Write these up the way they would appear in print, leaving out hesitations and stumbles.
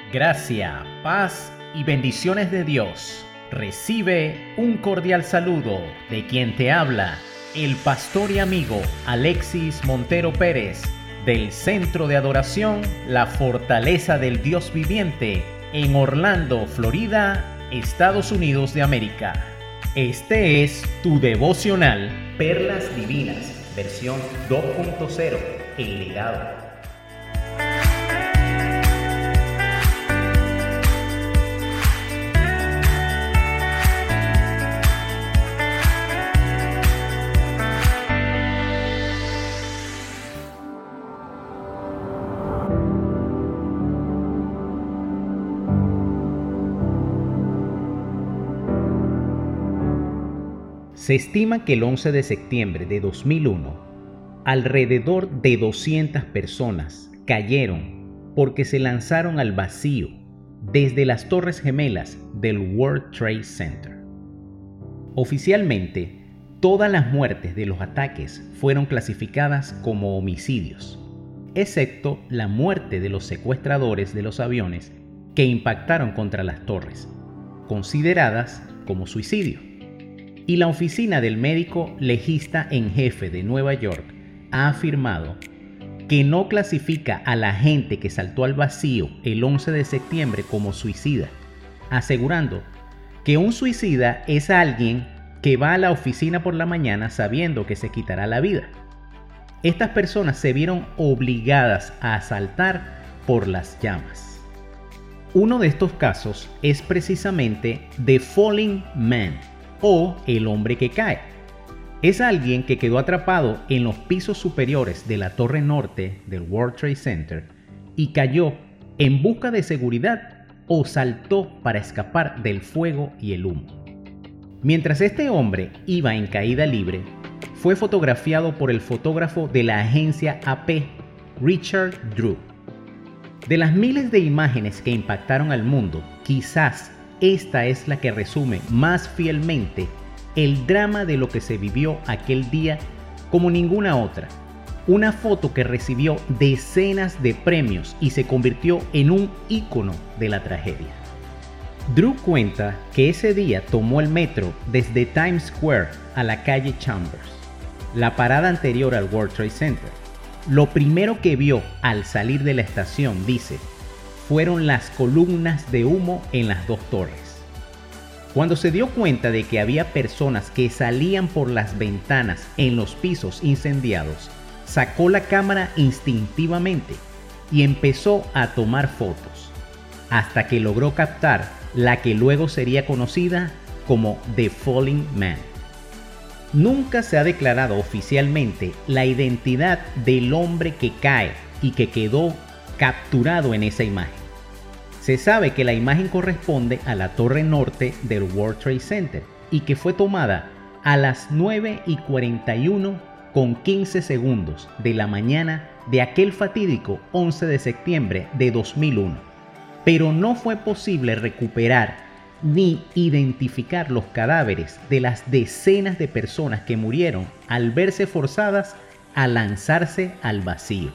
Gracia, paz y bendiciones de Dios. Recibe un cordial saludo de quien te habla, el pastor y amigo Alexis Montero Pérez, del Centro de Adoración La Fortaleza del Dios Viviente, en Orlando, Florida, Estados Unidos de América. Este es tu devocional Perlas Divinas, versión 2.0, El Legado. Se estima que el 11 de septiembre de 2001, alrededor de 200 personas cayeron porque se lanzaron al vacío desde las Torres Gemelas del World Trade Center. Oficialmente, todas las muertes de los ataques fueron clasificadas como homicidios, excepto la muerte de los secuestradores de los aviones que impactaron contra las torres, consideradas como suicidio. Y la oficina del médico legista en jefe de Nueva York ha afirmado que no clasifica a la gente que saltó al vacío el 11 de septiembre como suicida, asegurando que un suicida es alguien que va a la oficina por la mañana sabiendo que se quitará la vida. Estas personas se vieron obligadas a saltar por las llamas. Uno de estos casos es precisamente The Falling Man, o el hombre que cae. Es alguien que quedó atrapado en los pisos superiores de la torre norte del World Trade Center y cayó en busca de seguridad o saltó para escapar del fuego y el humo. Mientras este hombre iba en caída libre, fue fotografiado por el fotógrafo de la agencia AP, Richard Drew. De las miles de imágenes que impactaron al mundo, quizás esta es la que resume más fielmente el drama de lo que se vivió aquel día como ninguna otra. Una foto que recibió decenas de premios y se convirtió en un ícono de la tragedia. Drew cuenta que ese día tomó el metro desde Times Square a la calle Chambers, la parada anterior al World Trade Center. Lo primero que vio al salir de la estación, dice, fueron las columnas de humo en las dos torres. Cuando se dio cuenta de que había personas que salían por las ventanas en los pisos incendiados, sacó la cámara instintivamente y empezó a tomar fotos, hasta que logró captar la que luego sería conocida como The Falling Man. Nunca se ha declarado oficialmente la identidad del hombre que cae y que quedó capturado en esa imagen. Se sabe que la imagen corresponde a la torre norte del World Trade Center y que fue tomada a las 9:41:15 de la mañana de aquel fatídico 11 de septiembre de 2001. Pero no fue posible recuperar ni identificar los cadáveres de las decenas de personas que murieron al verse forzadas a lanzarse al vacío.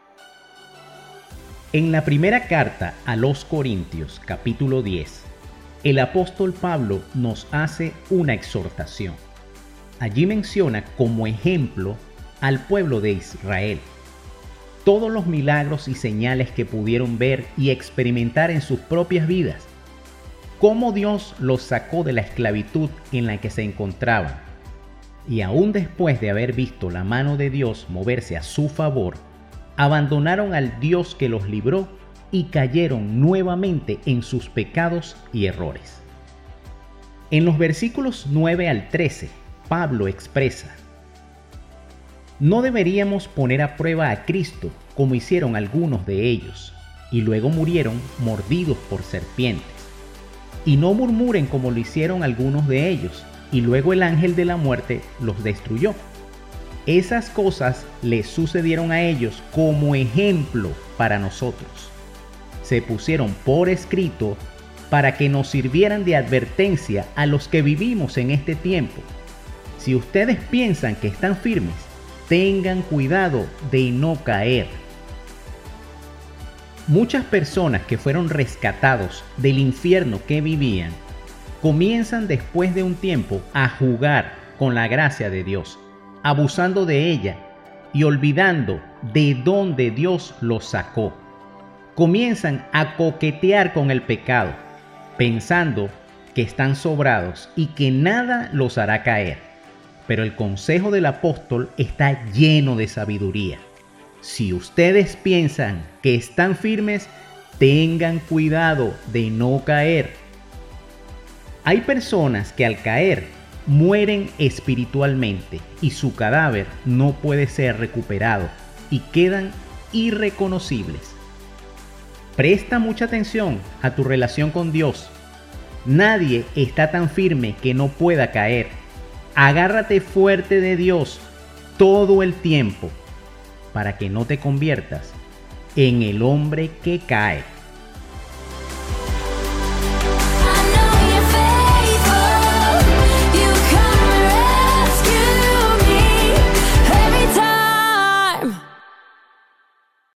En la primera carta a los Corintios, capítulo 10, el apóstol Pablo nos hace una exhortación. Allí menciona como ejemplo al pueblo de Israel. Todos los milagros y señales que pudieron ver y experimentar en sus propias vidas. Cómo Dios los sacó de la esclavitud en la que se encontraban. Y aún después de haber visto la mano de Dios moverse a su favor, abandonaron al Dios que los libró y cayeron nuevamente en sus pecados y errores. En los versículos 9 al 13, Pablo expresa: no deberíamos poner a prueba a Cristo como hicieron algunos de ellos, y luego murieron mordidos por serpientes. Y no murmuren como lo hicieron algunos de ellos, y luego el ángel de la muerte los destruyó. Esas cosas les sucedieron a ellos como ejemplo para nosotros. Se pusieron por escrito para que nos sirvieran de advertencia a los que vivimos en este tiempo. Si ustedes piensan que están firmes, tengan cuidado de no caer. Muchas personas que fueron rescatados del infierno que vivían comienzan después de un tiempo a jugar con la gracia de Dios, abusando de ella y olvidando de dónde Dios los sacó. Comienzan a coquetear con el pecado, pensando que están sobrados y que nada los hará caer. Pero el consejo del apóstol está lleno de sabiduría. Si ustedes piensan que están firmes, tengan cuidado de no caer. Hay personas que al caer mueren espiritualmente y su cadáver no puede ser recuperado y quedan irreconocibles. Presta mucha atención a tu relación con Dios. Nadie está tan firme que no pueda caer. Agárrate fuerte de Dios todo el tiempo para que no te conviertas en el hombre que cae.